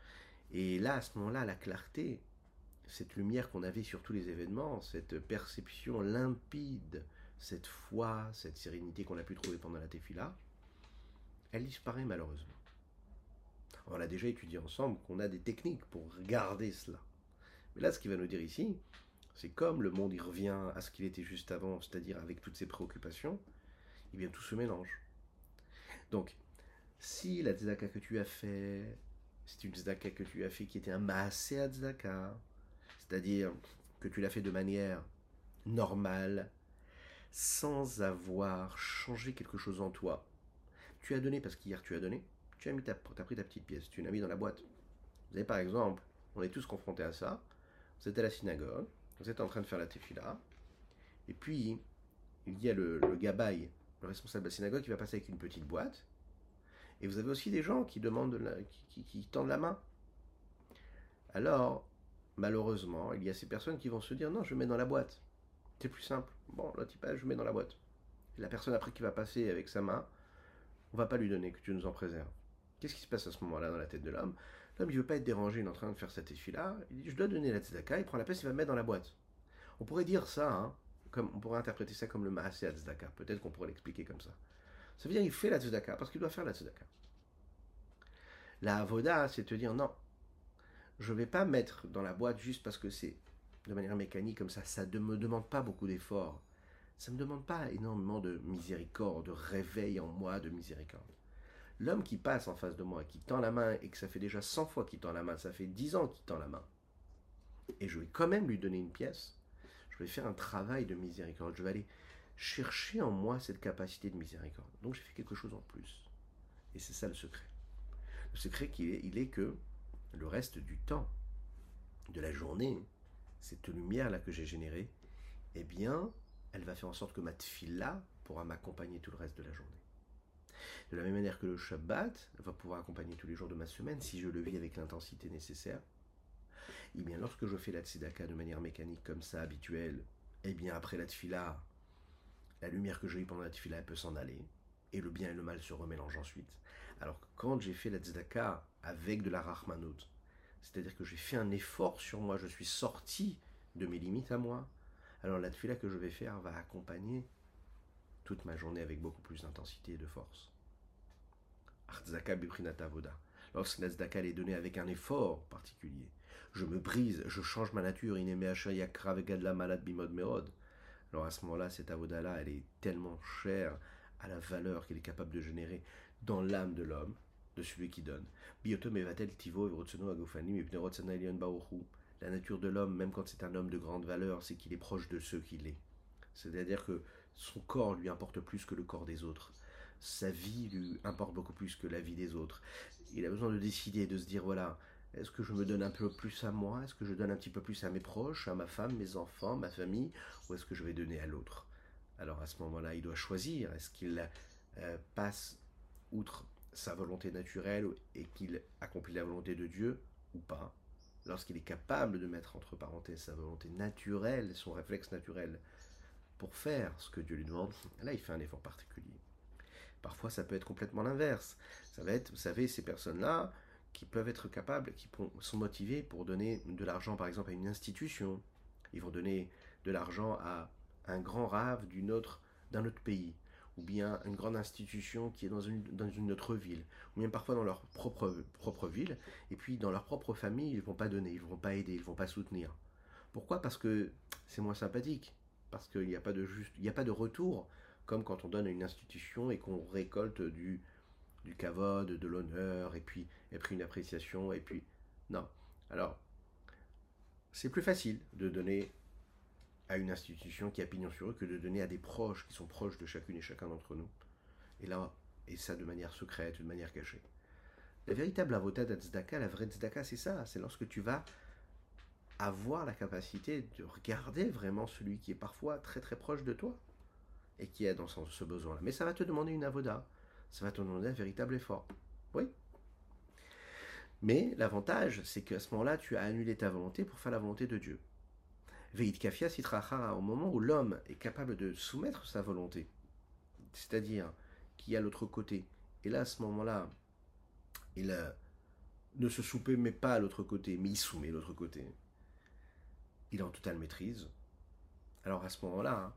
Et là, à ce moment-là, la clarté, cette lumière qu'on avait sur tous les événements, cette perception limpide, cette foi, cette sérénité qu'on a pu trouver pendant la tefila, elle disparaît malheureusement. On a déjà étudié ensemble qu'on a des techniques pour garder cela. Mais là, ce qu'il va nous dire ici, c'est comme le monde y revient à ce qu'il était juste avant, c'est-à-dire avec toutes ses préoccupations, eh bien tout se mélange. Donc, si la tzedaka que tu as fait, c'est une tzedaka que tu as fait qui était un maaseh tzedaka, c'est-à-dire que tu l'as fait de manière normale, sans avoir changé quelque chose en toi. Tu as donné parce qu'hier tu as donné, tu as pris ta petite pièce, tu l'as mis dans la boîte. Vous avez par exemple, on est tous confrontés à ça, vous êtes à la synagogue, vous êtes en train de faire la tefila, et puis il y a le gabaï, le responsable de la synagogue, qui va passer avec une petite boîte, et vous avez aussi des gens qui demandent qui tendent la main. Alors, malheureusement, il y a ces personnes qui vont se dire non, je mets dans la boîte. C'est plus simple. Bon, l'autre il passe, je mets dans la boîte. Et la personne après qui va passer avec sa main, on va pas lui donner, que Dieu nous en préserve. Qu'est-ce qui se passe à ce moment-là dans la tête de l'homme? L'homme, il veut pas être dérangé, il est en train de faire cette tefila. Il dit, je dois donner la tzedaka, il prend la pièce, il va mettre dans la boîte. On pourrait dire ça, hein, comme, on pourrait interpréter ça comme le maaseh à tzedaka. Peut-être qu'on pourrait l'expliquer comme ça. Ça veut dire qu'il fait la tzedaka parce qu'il doit faire la tzedaka. La avoda, c'est te dire non, je ne vais pas mettre dans la boîte juste parce que c'est de manière mécanique comme ça ne me demande pas beaucoup d'efforts. Ça ne me demande pas énormément de miséricorde, de réveil en moi de miséricorde. L'homme qui passe en face de moi, qui tend la main, et que ça fait déjà 100 fois qu'il tend la main, ça fait 10 ans qu'il tend la main, et je vais quand même lui donner une pièce, je vais faire un travail de miséricorde, je vais aller chercher en moi cette capacité de miséricorde. Donc j'ai fait quelque chose en plus. Et c'est ça le secret. Le secret, il est que le reste du temps, de la journée, cette lumière-là que j'ai générée, eh bien, elle va faire en sorte que ma tefila pourra m'accompagner tout le reste de la journée. De la même manière que le Shabbat va pouvoir accompagner tous les jours de ma semaine si je le vis avec l'intensité nécessaire, eh bien, lorsque je fais la tzedaka de manière mécanique comme ça, habituelle, eh bien, après la tefila, la lumière que je vis pendant la tefila, elle peut s'en aller, et le bien et le mal se remélangent ensuite. Alors que quand j'ai fait la tzedaka avec de la rachmanout, c'est-à-dire que j'ai fait un effort sur moi, je suis sorti de mes limites à moi, alors la tefila que je vais faire va accompagner toute ma journée avec beaucoup plus d'intensité et de force. Tzedaka bibrinat avoda. Lorsque la tzedaka est donnée avec un effort particulier, je me brise, je change ma nature, alors à ce moment-là, cette avoda-là, elle est tellement chère à la valeur qu'elle est capable de générer dans l'âme de l'homme, de celui qui donne. La nature de l'homme, même quand c'est un homme de grande valeur, c'est qu'il est proche de ceux qu'il est. C'est-à-dire que son corps lui importe plus que le corps des autres. Sa vie lui importe beaucoup plus que la vie des autres. Il a besoin de décider, de se dire, voilà, est-ce que je me donne un peu plus à moi? Est-ce que je donne un petit peu plus à mes proches, à ma femme, mes enfants, ma famille? Ou est-ce que je vais donner à l'autre? Alors à ce moment-là, il doit choisir. Est-ce qu'il passe outre sa volonté naturelle et qu'il accomplit la volonté de Dieu ou pas? Lorsqu'il est capable de mettre entre parenthèses sa volonté naturelle, son réflexe naturel, pour faire ce que Dieu lui demande, là il fait un effort particulier. Parfois ça peut être complètement l'inverse. Ça va être, vous savez, ces personnes-là qui peuvent être capables, qui sont motivées pour donner de l'argent par exemple à une institution. Ils vont donner de l'argent à un grand rave d'un autre pays, ou bien une grande institution qui est dans une autre ville, ou bien parfois dans leur propre ville, et puis dans leur propre famille, ils ne vont pas donner, ils ne vont pas aider, ils ne vont pas soutenir. Pourquoi? Parce que c'est moins sympathique, parce qu'il n'y a pas de il n'y a pas de retour, comme quand on donne à une institution et qu'on récolte du kavod, de l'honneur, et puis une appréciation, et puis... Non. Alors, c'est plus facile de donner à une institution qui a pignon sur eux que de donner à des proches qui sont proches de chacune et chacun d'entre nous. Et là, et ça de manière secrète, de manière cachée. La véritable avodat tzedaka, la vraie tzedaka, c'est ça. C'est lorsque tu vas avoir la capacité de regarder vraiment celui qui est parfois très très proche de toi et qui est dans ce besoin-là. Mais ça va te demander une avoda. Ça va te demander un véritable effort. Oui. Mais l'avantage, c'est qu'à ce moment-là, tu as annulé ta volonté pour faire la volonté de Dieu. Veit kafia sitrachara, au moment où l'homme est capable de soumettre sa volonté, c'est-à-dire qui est à l'autre côté. Et là, à ce moment-là, il ne se soumet pas à l'autre côté, mais il soumet l'autre côté. Il est en totale maîtrise. Alors à ce moment-là,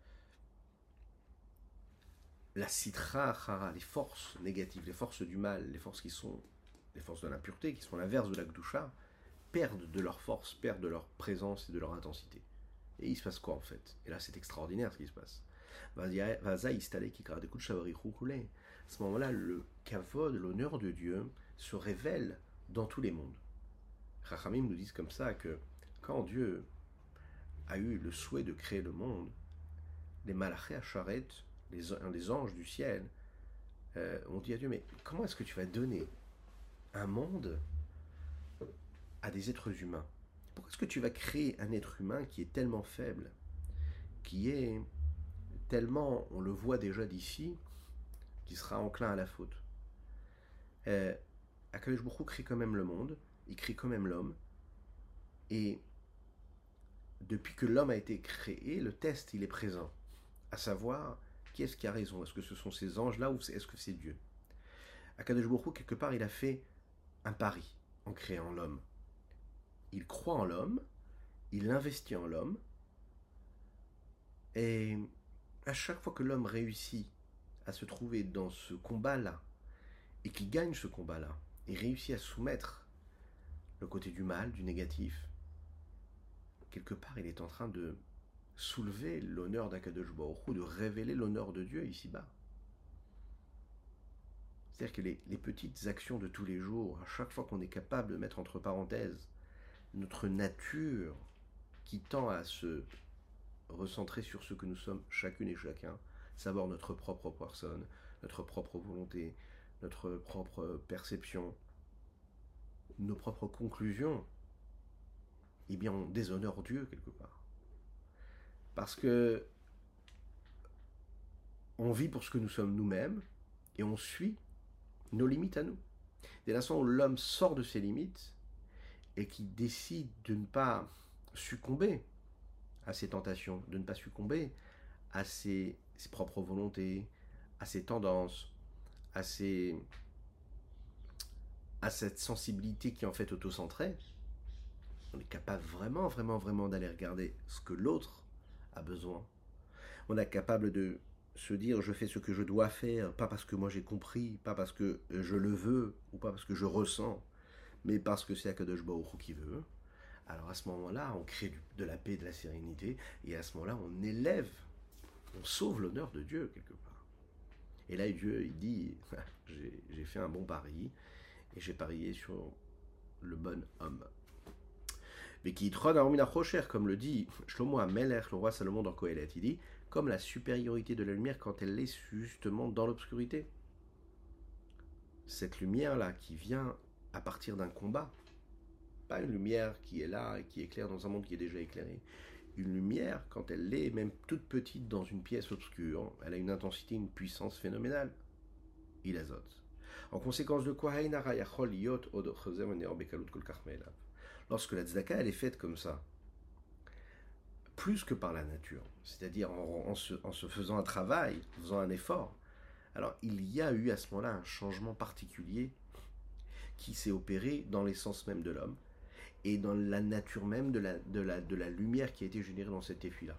la sitra achara, les forces négatives, les forces du mal, les forces de l'impureté, qui sont l'inverse de la gdusha, perdent de leur force, perdent de leur présence et de leur intensité. Et il se passe quoi en fait? Et là c'est extraordinaire ce qui se passe. À ce moment-là, le kavod, l'honneur de Dieu, se révèle dans tous les mondes. Chachamim nous disent comme ça que quand Dieu a eu le souhait de créer le monde, les malachés à Charet, les anges du ciel, ont dit à Dieu, mais comment est-ce que tu vas donner un monde à des êtres humains? Pourquoi est-ce que tu vas créer un être humain qui est tellement faible, qui est tellement, on le voit déjà d'ici, qui sera enclin à la faute? Akadosh Baruch Hu crée quand même le monde, il crée quand même l'homme, et depuis que l'homme a été créé, le test il est présent, à savoir qui est-ce qui a raison? Est-ce que ce sont ces anges-là ou est-ce que c'est Dieu? Akadosh Baruch Hu, quelque part, il a fait un pari en créant l'homme. Il croit en l'homme, il investit en l'homme, et à chaque fois que l'homme réussit à se trouver dans ce combat-là, et qu'il gagne ce combat-là, et réussit à soumettre le côté du mal, du négatif, quelque part il est en train de soulever l'honneur d'Akadosh Baruch Hu, de révéler l'honneur de Dieu ici-bas. C'est-à-dire que les petites actions de tous les jours, à chaque fois qu'on est capable de mettre entre parenthèses notre nature qui tend à se recentrer sur ce que nous sommes chacune et chacun, savoir notre propre personne, notre propre volonté, notre propre perception, nos propres conclusions, eh bien on déshonore Dieu quelque part. Parce que on vit pour ce que nous sommes nous-mêmes et on suit nos limites à nous. Dès l'instant où l'homme sort de ses limites et qui décide de ne pas succomber à ses tentations, de ne pas succomber à ses propres volontés, à ses tendances, à cette sensibilité qui est en fait auto-centrée, on est capable vraiment d'aller regarder ce que l'autre a besoin. On est capable de se dire je fais ce que je dois faire, pas parce que moi j'ai compris, pas parce que je le veux, ou pas parce que je ressens, mais parce que c'est Akadosh Baruch Hu qui veut. Alors à ce moment-là, on crée de la paix, de la sérénité, et à ce moment-là, on élève, on sauve l'honneur de Dieu quelque part. Et là, Dieu, il dit, j'ai fait un bon pari, et j'ai parié sur le bon homme. Mais qui comme le dit Shlomo HaMelech, le roi Salomon dans Kohelet, il dit, comme la supériorité de la lumière quand elle est justement dans l'obscurité. Cette lumière-là qui vient à partir d'un combat, pas une lumière qui est là et qui éclaire dans un monde qui est déjà éclairé. Une lumière, quand elle est même toute petite dans une pièce obscure, elle a une intensité, une puissance phénoménale. Il azote. En conséquence de quoi, lorsque la tzedaka elle est faite comme ça, plus que par la nature, c'est-à-dire en se faisant un travail, en faisant un effort, alors il y a eu à ce moment-là un changement particulier qui s'est opéré dans l'essence même de l'homme, et dans la nature même de la lumière qui a été générée dans cette tefila.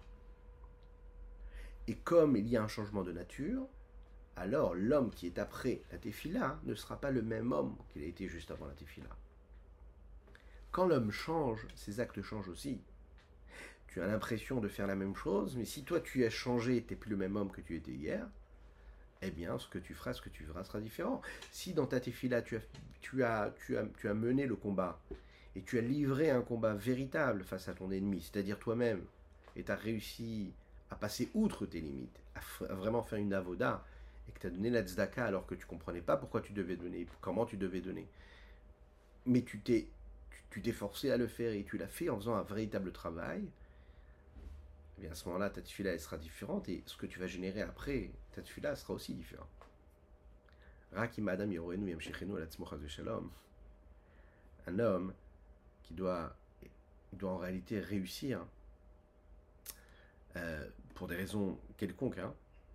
Et comme il y a un changement de nature, alors l'homme qui est après la tefila ne sera pas le même homme qu'il a été juste avant la tefila. Quand l'homme change, ses actes changent aussi. Tu as l'impression de faire la même chose, mais si toi tu as changé et tu n'es plus le même homme que tu étais hier, eh bien ce que tu feras sera différent. Si dans ta tefila tu as mené le combat et tu as livré un combat véritable face à ton ennemi, c'est-à-dire toi-même, et tu as réussi à passer outre tes limites, à vraiment faire une avoda, et que tu as donné la tzedaka alors que tu ne comprenais pas pourquoi tu devais donner, comment tu devais donner, mais tu t'es forcé à le faire et tu l'as fait en faisant un véritable travail, eh bien à ce moment-là, ta tefila elle sera différente et ce que tu vas générer après, ta tefila sera aussi différent. Rakim Adam Yorenu Yamshechenu Alatzmochaz Shalom. Un homme qui doit en réalité réussir pour des raisons quelconques, hein.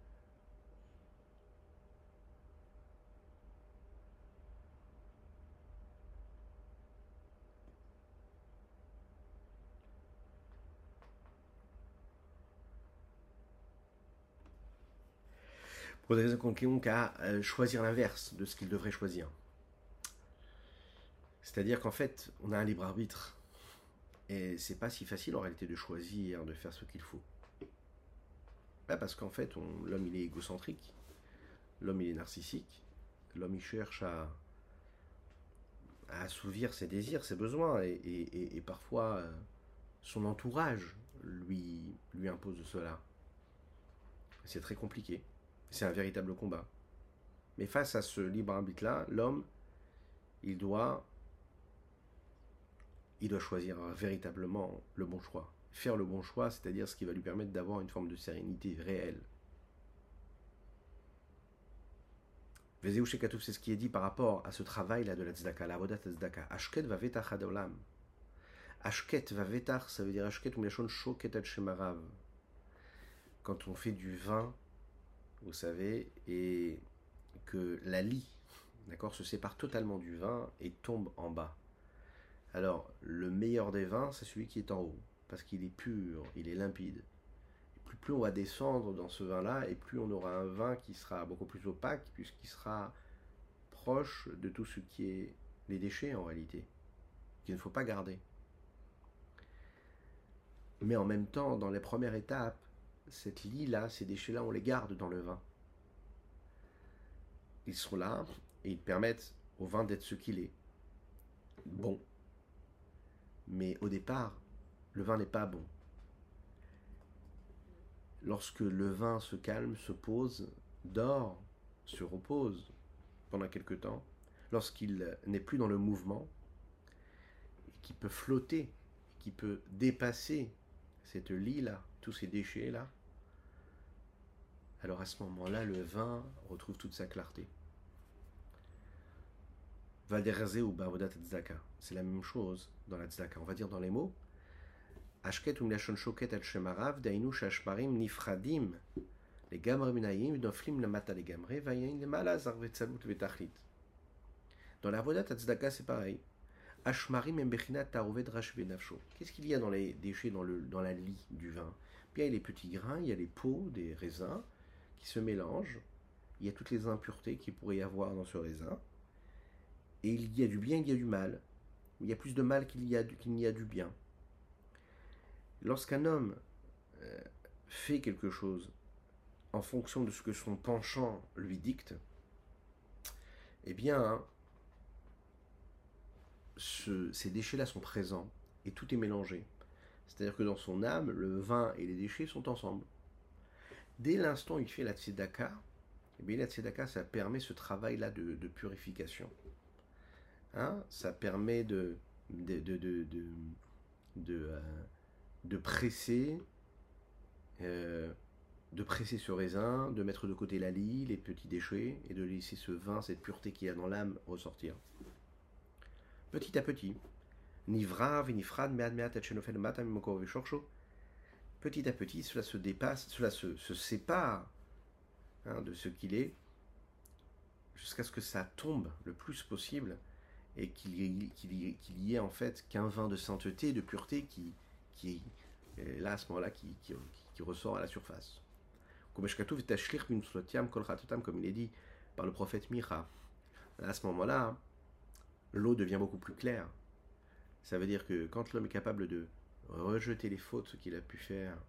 Pour des raisons quelconques à choisir l'inverse de ce qu'il devrait choisir. C'est-à-dire qu'en fait, on a un libre arbitre. Et c'est pas si facile en réalité de choisir, de faire ce qu'il faut. Bah parce qu'en fait, l'homme il est égocentrique, l'homme il est narcissique, l'homme il cherche à assouvir ses désirs, ses besoins, et parfois son entourage lui impose cela. C'est très compliqué. C'est un véritable combat. Mais face à ce libre arbitre-là, l'homme, il doit choisir véritablement le bon choix. Faire le bon choix, c'est-à-dire ce qui va lui permettre d'avoir une forme de sérénité réelle. Vezeu Shekatouf, c'est ce qui est dit par rapport à ce travail-là de la tzedaka, la avodat tzedaka. Ashket va vetach adolam. Ashket va vetach, ça veut dire ashket ou meshon shoket ad shemarav. Quand on fait du vin, vous savez, et que la lie, d'accord, se sépare totalement du vin et tombe en bas. Alors, le meilleur des vins, c'est celui qui est en haut, parce qu'il est pur, il est limpide. Et plus on va descendre dans ce vin-là, et plus on aura un vin qui sera beaucoup plus opaque, puisqu'il sera proche de tout ce qui est les déchets en réalité, qu'il ne faut pas garder. Mais en même temps, dans les premières étapes, cette lie-là, ces déchets-là, on les garde dans le vin. Ils sont là, et ils permettent au vin d'être ce qu'il est. Bon. Mais au départ, le vin n'est pas bon. Lorsque le vin se calme, se pose, dort, se repose pendant quelque temps, lorsqu'il n'est plus dans le mouvement, qui peut flotter, qui peut dépasser cette lie-là, tous ces déchets-là, alors à ce moment-là, le vin retrouve toute sa clarté. Valderazé ou Bavodat Tzedaka, c'est la même chose dans la Tzedaka. On va dire dans les mots Ashket umlashon shoket al shemarav dainu shashmarim nifradim les gamre minayim noflim lamata les gamre vayin lemala zarvetzalut vetachlit. Dans la Avodat Tzedaka, c'est pareil. Ashmarim embechinat taroved rash benafsho. Qu'est-ce qu'il y a dans les déchets dans la lie du vin? Bien, il y a les petits grains, il y a les peaux des raisins qui se mélangent. Il y a toutes les impuretés qu'il pourrait y avoir dans ce raisin. Et il y a du bien, il y a du mal. Il y a plus de mal qu'il n'y a du bien. Lorsqu'un homme fait quelque chose en fonction de ce que son penchant lui dicte, eh bien, ces déchets-là sont présents et tout est mélangé. C'est-à-dire que dans son âme, le vin et les déchets sont ensemble. Dès l'instant où il fait la tzedaka, eh bien, la tzedaka, ça permet ce travail-là de purification. Hein, ça permet de presser ce raisin, de mettre de côté la lie, les petits déchets, et de laisser ce vin, cette pureté qu'il y a dans l'âme ressortir. Petit à petit, petit à petit, cela se dépasse, cela se sépare de ce qu'il est, jusqu'à ce que ça tombe le plus possible, et qu'il y ait en fait qu'un vin de sainteté, de pureté qui est là à ce moment-là qui ressort à la surface. Comme il est dit par le prophète Micha. À ce moment-là, l'eau devient beaucoup plus claire. Ça veut dire que quand l'homme est capable de rejeter les fautes qu'il a pu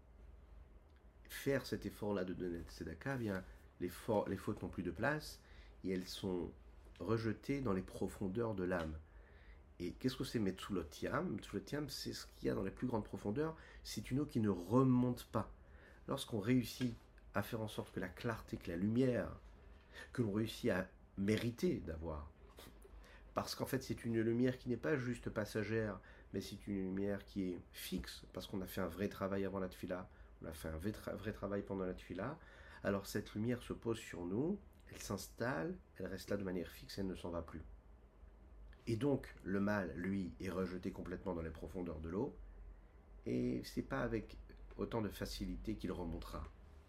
faire cet effort-là de donner tzedaka, bien les fautes n'ont plus de place et elles sont rejetées dans les profondeurs de l'âme. Et qu'est-ce que c'est Metsulot Yam? Metsulot Yam, c'est ce qu'il y a dans les plus grandes profondeurs. C'est une eau qui ne remonte pas. Lorsqu'on réussit à faire en sorte que la clarté, que la lumière, que l'on réussit à mériter d'avoir, parce qu'en fait c'est une lumière qui n'est pas juste passagère, mais c'est une lumière qui est fixe, parce qu'on a fait un vrai travail avant la tefila, on a fait un vrai travail pendant la tefila, alors cette lumière se pose sur nous, elle s'installe, elle reste là de manière fixe, elle ne s'en va plus. Et donc le mal, lui, est rejeté complètement dans les profondeurs de l'eau, et c'est pas avec autant de facilité qu'il remontera.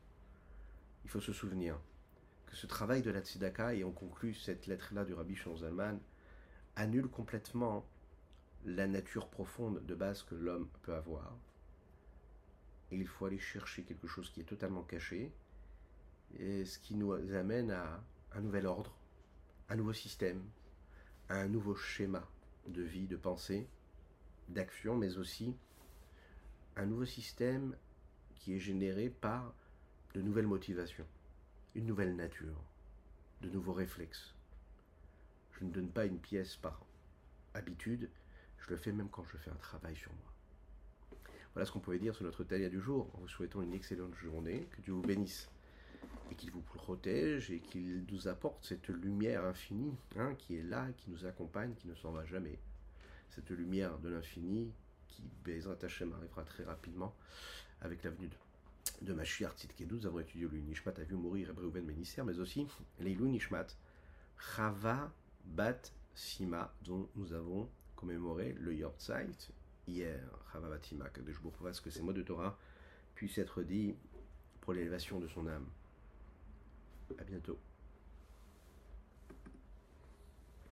Il faut se souvenir que ce travail de la tzedaka, et on conclut cette lettre-là du Rabbi Shlomo Zalman, annule complètement la nature profonde de base que l'homme peut avoir. Et il faut aller chercher quelque chose qui est totalement caché, et ce qui nous amène à un nouvel ordre, un nouveau système, un nouveau schéma de vie, de pensée, d'action, mais aussi un nouveau système qui est généré par de nouvelles motivations, une nouvelle nature, de nouveaux réflexes. Je ne donne pas une pièce par habitude, je le fais même quand je fais un travail sur moi. Voilà ce qu'on pouvait dire sur notre talia du jour, en vous souhaitant une excellente journée, que Dieu vous bénisse et qu'il vous protège et qu'il nous apporte cette lumière infinie qui est là, qui nous accompagne, qui ne s'en va jamais. Cette lumière de l'infini qui, Bezrat Hashem, arrivera très rapidement avec la venue de Mashiach Tzidkenu. Nous avons étudié le Nishmat Avihu Mori Reb Reuven Menisser, mais aussi l'Eilou Nishmat Chava Bat Sima, dont nous avons commémoré le Yortzeit hier. Chava Bat Sima, que je vous fasse que ces mots de Torah puissent être dits pour l'élévation de son âme. À bientôt.